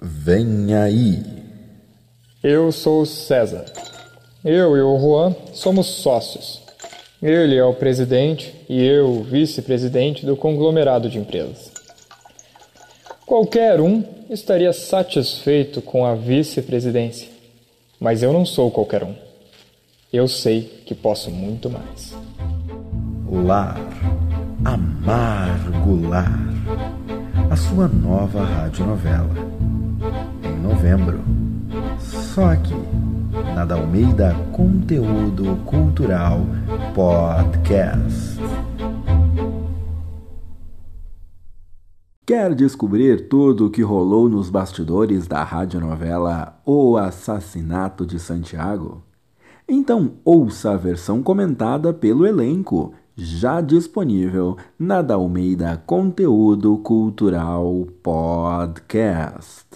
Vem aí. Eu sou o César. Eu e o Juan somos sócios. Ele é o presidente e eu o vice-presidente do conglomerado de empresas. Qualquer um estaria satisfeito com a vice-presidência, mas eu não sou qualquer um. Eu sei que posso muito mais. Lar, Amargo Lar, a sua nova radionovela. Em novembro, só aqui, na Dalmeida Conteúdo Cultural Podcast. Quer descobrir tudo o que rolou nos bastidores da radionovela O Assassinato de Santiago? Então ouça a versão comentada pelo elenco, já disponível na Dalmeida Conteúdo Cultural Podcast.